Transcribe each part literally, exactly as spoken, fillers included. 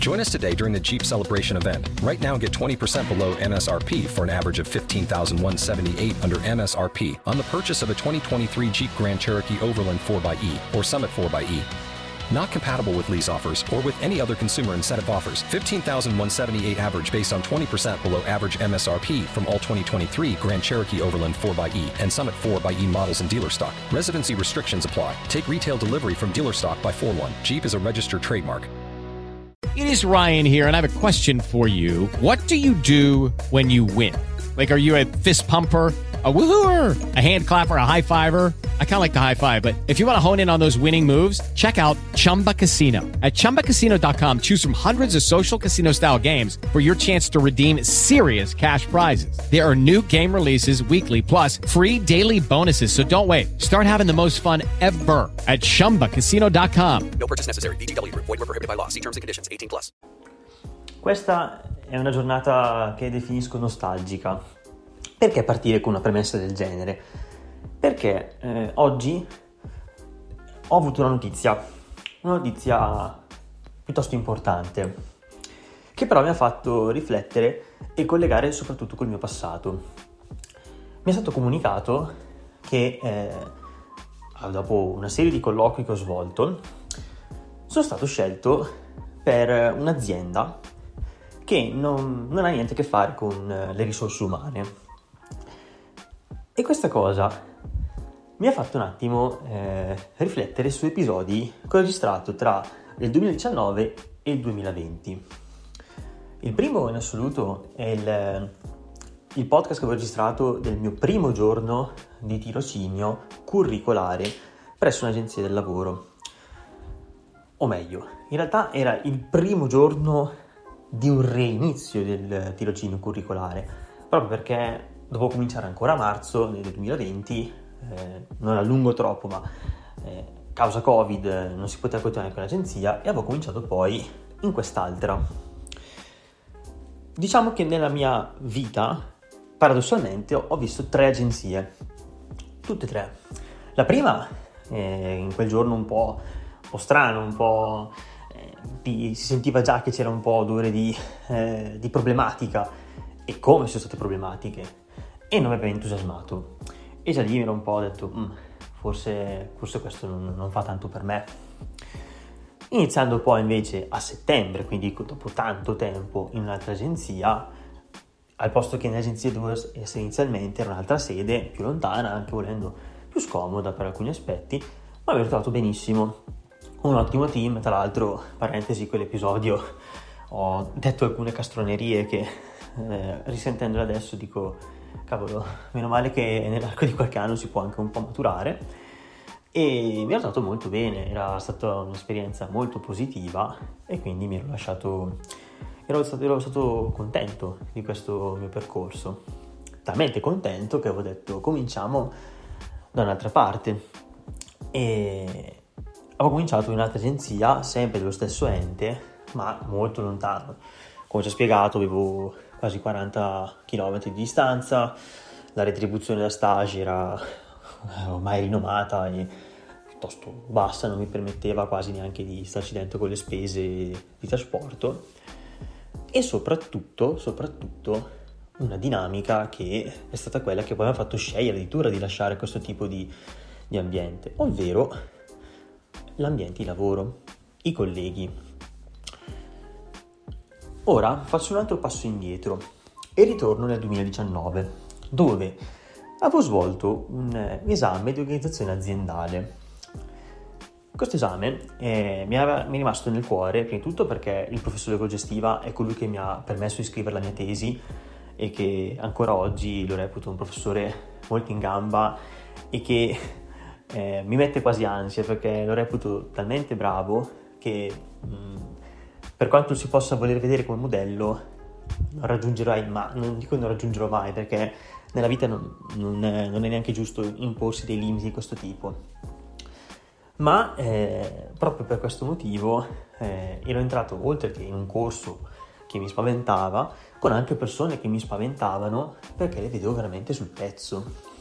Join us today during the Jeep Celebration event. Right now, get twenty percent below M S R P for an average of fifteen thousand one hundred seventy-eight dollars under M S R P on the purchase of a twenty twenty-three Jeep Grand Cherokee Overland four by E or Summit four by E. Not compatible with lease offers or with any other consumer incentive offers. fifteen thousand one hundred seventy-eight dollars average based on twenty percent below average M S R P from all twenty twenty-three Grand Cherokee Overland four by E and Summit four by E models in dealer stock. Residency restrictions apply. Take retail delivery from dealer stock by four one. Jeep is a registered trademark. It is Ryan here, and I have a question for you. What do you do when you win? Like, are you a fist pumper, a woohooer, a hand clapper, a high fiver? I kind of like the high five, but if you want to hone in on those winning moves, check out Chumba Casino. At chumba casino dot com, choose from hundreds of social casino style games for your chance to redeem serious cash prizes. There are new game releases weekly, plus free daily bonuses. So don't wait. Start having the most fun ever at chumba casino dot com. No purchase necessary. V G W. Void where prohibited by law. See terms and conditions. eighteen plus. Questa è una giornata che definisco nostalgica. Perché partire con una premessa del genere? Perché eh, oggi ho avuto una notizia, una notizia piuttosto importante, che però mi ha fatto riflettere e collegare soprattutto col mio passato. Mi è stato comunicato che eh, dopo una serie di colloqui che ho svolto, sono stato scelto per un'azienda che non, non ha niente a che fare con le risorse umane. E questa cosa mi ha fatto un attimo eh, riflettere su episodi che ho registrato tra il duemiladiciannove e il duemilaventi. Il primo in assoluto è il, il podcast che ho registrato del mio primo giorno di tirocinio curricolare presso un'agenzia del lavoro. O meglio, in realtà era il primo giorno di un reinizio del tirocinio curricolare, proprio perché dovevo cominciare ancora a marzo del duemilaventi, eh, non allungo troppo, ma eh, causa Covid non si poteva continuare con l'agenzia e avevo cominciato poi in quest'altra. Diciamo che nella mia vita, paradossalmente, ho visto tre agenzie, tutte e tre. La prima, eh, in quel giorno un po', un po' strano, un po'... Eh, di, si sentiva già che c'era un po' odore di, eh, di problematica, e come sono state problematiche, e non mi aveva entusiasmato. E già lì mi ero un po' detto, forse, forse questo non, non fa tanto per me. Iniziando poi invece a settembre, quindi dopo tanto tempo in un'altra agenzia, al posto che in agenzia dovevo essere inizialmente, era un'altra sede, più lontana, anche volendo più scomoda per alcuni aspetti, ma mi ero trovato benissimo. Un ottimo team, tra l'altro, parentesi, quell'episodio ho detto alcune castronerie che eh, risentendole adesso dico, cavolo, meno male che nell'arco di qualche anno si può anche un po' maturare, e mi ero trovato molto bene, era stata un'esperienza molto positiva e quindi mi ero lasciato, ero stato, ero stato contento di questo mio percorso, talmente contento che avevo detto cominciamo da un'altra parte, e avevo cominciato in un'altra agenzia, sempre dello stesso ente, ma molto lontano. Come ci ho spiegato, avevo quasi quaranta chilometri di distanza, la retribuzione da stage era ormai rinomata e piuttosto bassa, non mi permetteva quasi neanche di starci dentro con le spese di trasporto, e soprattutto, soprattutto una dinamica che è stata quella che poi mi ha fatto scegliere addirittura di lasciare questo tipo di, di ambiente, ovvero l'ambiente di lavoro, i colleghi. Ora faccio un altro passo indietro e ritorno nel duemiladiciannove, dove avevo svolto un esame di organizzazione aziendale. Questo esame eh, mi, aveva, mi è rimasto nel cuore, prima di tutto perché il professore che lo gestiva è colui che mi ha permesso di scrivere la mia tesi e che ancora oggi lo reputo un professore molto in gamba e che eh, mi mette quasi ansia, perché lo reputo talmente bravo che mh, per quanto si possa voler vedere come modello, non raggiungerai ma non dico non raggiungerò mai, perché nella vita non, non, è, non è neanche giusto imporsi dei limiti di questo tipo. Ma eh, proprio per questo motivo eh, ero entrato, oltre che in un corso che mi spaventava, con anche persone che mi spaventavano perché le vedevo veramente sul pezzo.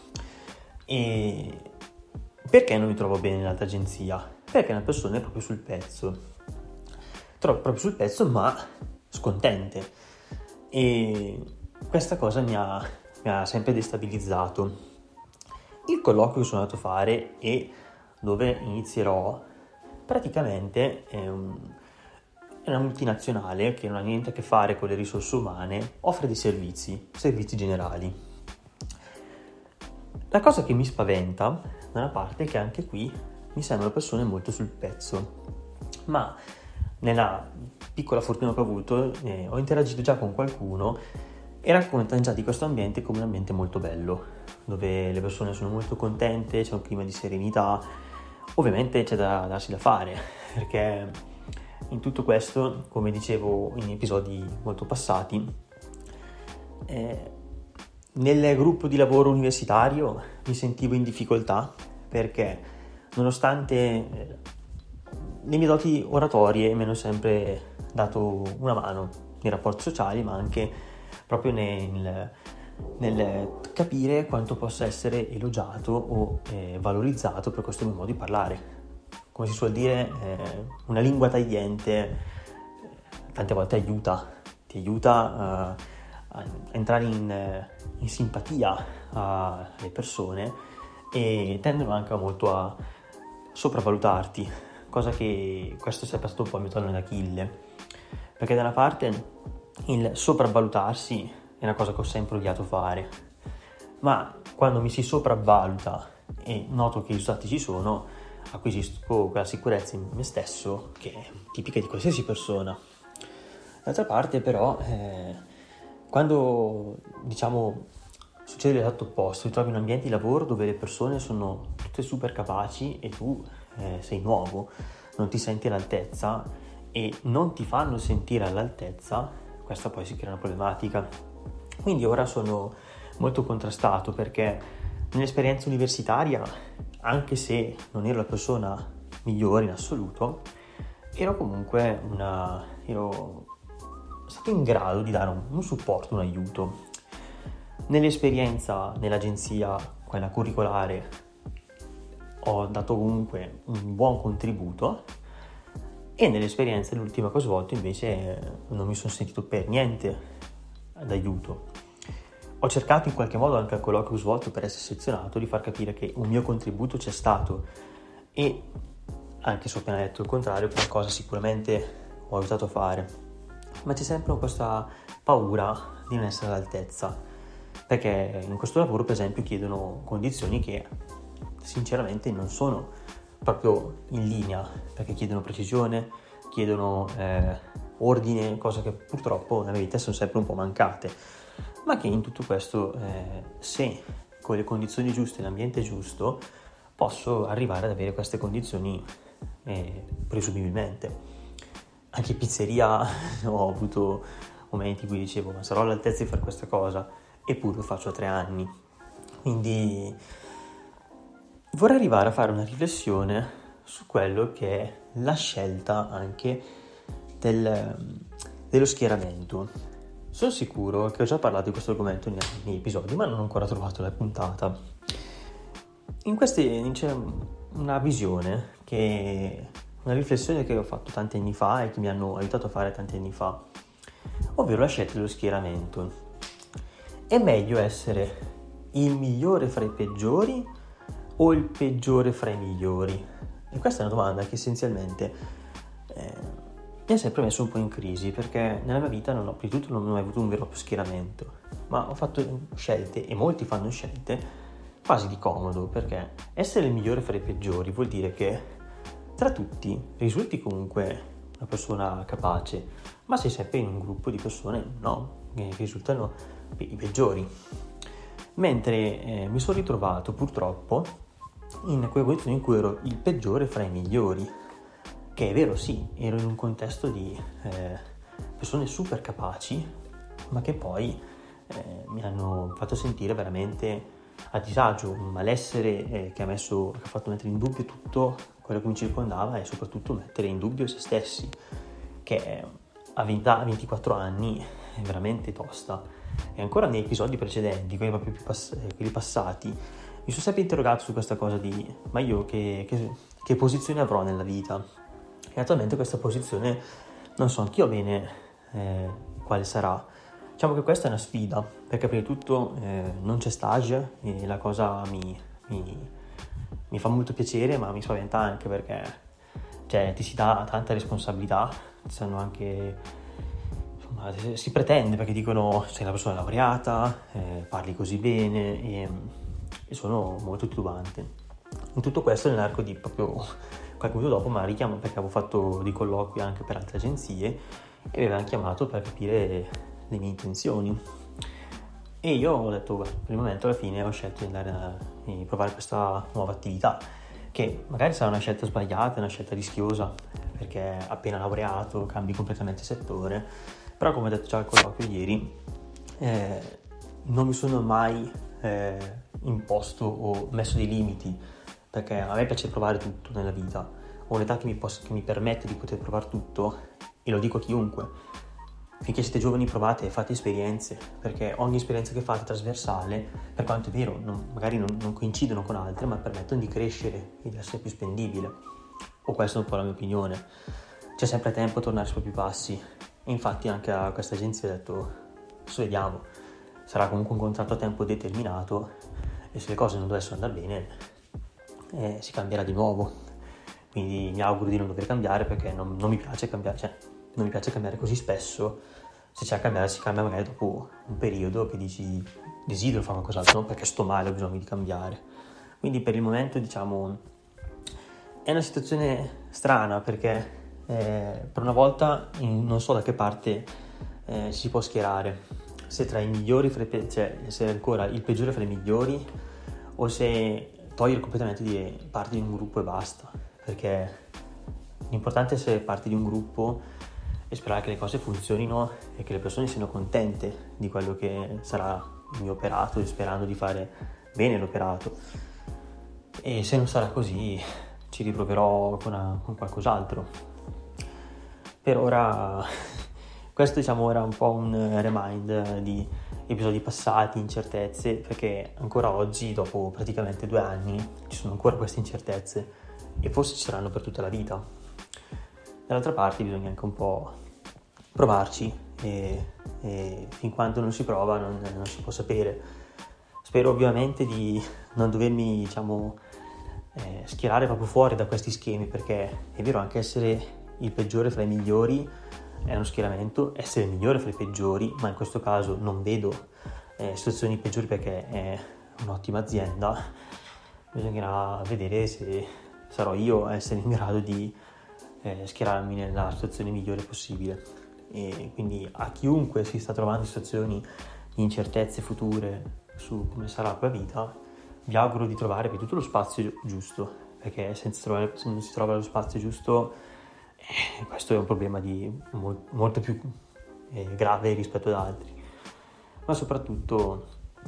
E perché non mi trovo bene nell'altra agenzia? Perché una persona è proprio sul pezzo. proprio sul pezzo, ma scontente, e questa cosa mi ha, mi ha sempre destabilizzato. Il colloquio che sono andato a fare e dove inizierò praticamente è, un, è una multinazionale che non ha niente a che fare con le risorse umane, offre dei servizi, servizi generali. La cosa che mi spaventa da una parte è che anche qui mi sembrano persone molto sul pezzo, ma nella piccola fortuna che ho avuto eh, ho interagito già con qualcuno e raccontano già di questo ambiente come un ambiente molto bello, dove le persone sono molto contente, c'è un clima di serenità. Ovviamente c'è da darsi da fare, perché in tutto questo, come dicevo in episodi molto passati, eh, nel gruppo di lavoro universitario mi sentivo in difficoltà, perché nonostante eh, le mie doti oratorie mi hanno sempre dato una mano nei rapporti sociali, ma anche proprio nel, nel capire quanto possa essere elogiato o eh, valorizzato per questo mio modo di parlare. Come si suol dire, eh, una lingua tagliente eh, tante volte aiuta, ti aiuta eh, a entrare in, in simpatia alle persone e tendono anche molto a sopravvalutarti, cosa che questo è sempre stato un po' il mio tallone d'Achille, perché da una parte il sopravvalutarsi è una cosa che ho sempre odiato fare, ma quando mi si sopravvaluta e noto che i risultati ci sono, acquisisco quella sicurezza in me stesso che è tipica di qualsiasi persona. D'altra parte però eh, quando diciamo succede l'esatto opposto, ti trovi in un ambiente di lavoro dove le persone sono tutte super capaci e tu eh, sei nuovo, non ti senti all'altezza e non ti fanno sentire all'altezza, questa poi si crea una problematica. Quindi ora sono molto contrastato, perché nell'esperienza universitaria, anche se non ero la persona migliore in assoluto, ero comunque una ero stato in grado di dare un, un supporto, un aiuto. Nell'esperienza nell'agenzia, quella curricolare, ho dato comunque un buon contributo, e nell'esperienza l'ultima che ho svolto invece non mi sono sentito per niente d'aiuto. Ho cercato in qualche modo anche al colloquio che ho svolto, per essere selezionato, di far capire che un mio contributo c'è stato, e anche se ho appena detto il contrario, qualcosa sicuramente ho aiutato a fare, ma c'è sempre questa paura di non essere all'altezza, perché in questo lavoro per esempio chiedono condizioni che sinceramente non sono proprio in linea, perché chiedono precisione, chiedono eh, ordine, cose che purtroppo nella vita sono sempre un po' mancate, ma che in tutto questo eh, se con le condizioni giuste, l'ambiente giusto, posso arrivare ad avere queste condizioni eh, presumibilmente. Anche in pizzeria ho avuto momenti in cui dicevo ma sarò all'altezza di fare questa cosa, eppure lo faccio a tre anni. Quindi vorrei arrivare a fare una riflessione su quello che è la scelta anche del, dello schieramento. Sono sicuro che ho già parlato di questo argomento nei, nei episodi, ma non ho ancora trovato la puntata. In queste c'è una visione, che una riflessione che ho fatto tanti anni fa e che mi hanno aiutato a fare tanti anni fa, ovvero la scelta dello schieramento. È meglio essere il migliore fra i peggiori o il peggiore fra i migliori? E questa è una domanda che essenzialmente eh, mi ha sempre messo un po' in crisi, perché nella mia vita non ho, prima di tutto non ho mai avuto un vero e proprio schieramento, ma ho fatto scelte, e molti fanno scelte quasi di comodo, perché essere il migliore fra i peggiori vuol dire che tra tutti risulti comunque una persona capace, ma sei sempre in un gruppo di persone no, che risultano i peggiori. Mentre eh, mi sono ritrovato purtroppo in quelle condizioni in cui ero il peggiore fra i migliori, che è vero, sì, ero in un contesto di eh, persone super capaci, ma che poi eh, mi hanno fatto sentire veramente a disagio, un malessere eh, che ha messo, che ha fatto mettere in dubbio tutto quello che mi circondava, e soprattutto mettere in dubbio se stessi, che a venti, ventiquattro anni è veramente tosta. E ancora nei episodi precedenti, quelli proprio più pass- quelli passati, mi sono sempre interrogato su questa cosa di ma io che, che, che posizione avrò nella vita? E attualmente questa posizione non so anch'io bene eh, quale sarà. Diciamo che questa è una sfida, perché prima di tutto eh, non c'è stage e la cosa mi, mi, mi fa molto piacere, ma mi spaventa anche perché cioè, ti si dà tanta responsabilità, ci sono anche, insomma, si pretende perché dicono sei una persona laureata, eh, parli così bene e, e sono molto titubante. In tutto questo nell'arco di proprio qualche minuto dopo mi ha richiamato perché avevo fatto dei colloqui anche per altre agenzie e mi avevano chiamato per capire le mie intenzioni e io ho detto guarda, per il momento alla fine ho scelto di andare a, a provare questa nuova attività che magari sarà una scelta sbagliata, una scelta rischiosa perché appena laureato cambi completamente settore, però come ho detto già al colloquio ieri eh, non mi sono mai eh, imposto o messo dei limiti perché a me piace provare tutto nella vita, ho un'età che mi, posso, che mi permette di poter provare tutto e lo dico a chiunque. Finché siete giovani provate e fate esperienze, perché ogni esperienza che fate è trasversale, per quanto è vero, non, magari non, non coincidono con altre, ma permettono di crescere e di essere più spendibile. O questa è un po' la mia opinione. C'è sempre tempo a tornare sui propri passi. E infatti anche a questa agenzia ho detto, adesso vediamo, sarà comunque un contratto a tempo determinato e se le cose non dovessero andare bene, eh, si cambierà di nuovo. Quindi mi auguro di non dover cambiare perché non, non mi piace cambiare, cioè non mi piace cambiare così spesso. Se c'è a cambiare si cambia magari dopo un periodo che dici desidero fare qualcos'altro, non perché sto male ho bisogno di cambiare. Quindi per il momento diciamo è una situazione strana perché eh, per una volta in, non so da che parte eh, si può schierare, se tra i migliori fra i, cioè se ancora il peggiore fra i migliori o se togliere completamente di parte di un gruppo e basta, perché l'importante è essere parte di un gruppo e sperare che le cose funzionino e che le persone siano contente di quello che sarà il mio operato e sperando di fare bene l'operato. E se non sarà così ci riproverò con, una, con qualcos'altro. Per ora questo diciamo era un po' un remind di episodi passati, incertezze, perché ancora oggi dopo praticamente due anni ci sono ancora queste incertezze e forse ci saranno per tutta la vita. Dall'altra parte bisogna anche un po' provarci e, e fin quando non si prova non, non si può sapere. Spero ovviamente di non dovermi diciamo eh, schierare proprio fuori da questi schemi, perché è vero anche essere il peggiore fra i migliori è uno schieramento, essere il migliore fra i peggiori, ma in questo caso non vedo eh, situazioni peggiori perché è un'ottima azienda. Bisognerà vedere se sarò io a essere in grado di Eh, schierarmi nella situazione migliore possibile. E quindi a chiunque si sta trovando in situazioni di incertezze future su come sarà la tua vita vi auguro di trovare per tutto lo spazio giusto, perché senza trovare, se non si trova lo spazio giusto eh, questo è un problema di mol, molto più eh, grave rispetto ad altri, ma soprattutto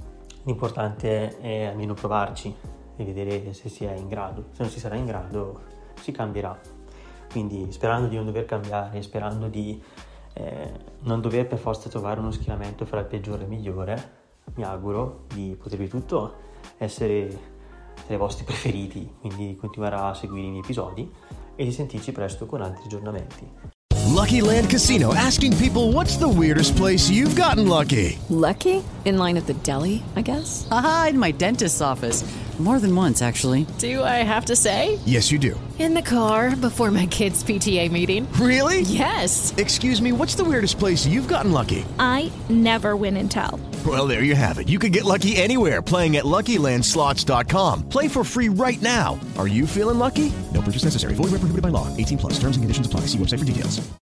l'importante è almeno provarci e vedere se si è in grado. Se non si sarà in grado si cambierà. Quindi sperando di non dover cambiare, sperando di eh, non dover per forza trovare uno schieramento fra il peggiore e il migliore, mi auguro di potervi tutto essere tra i vostri preferiti, quindi di continuare a seguire i miei episodi e di sentirci presto con altri aggiornamenti. Lucky Land Casino, asking people what's the weirdest place you've gotten lucky? Lucky? In line at the deli, I guess? Aha, in my dentist's office. More than once, actually. Do I have to say? Yes, you do. In the car before my kids' P T A meeting. Really? Yes. Excuse me, what's the weirdest place you've gotten lucky? I never win and tell. Well, there you have it. You can get lucky anywhere, playing at Lucky Land Slots dot com. Play for free right now. Are you feeling lucky? No purchase necessary. Void where prohibited by law. eighteen plus. Terms and conditions apply. See website for details.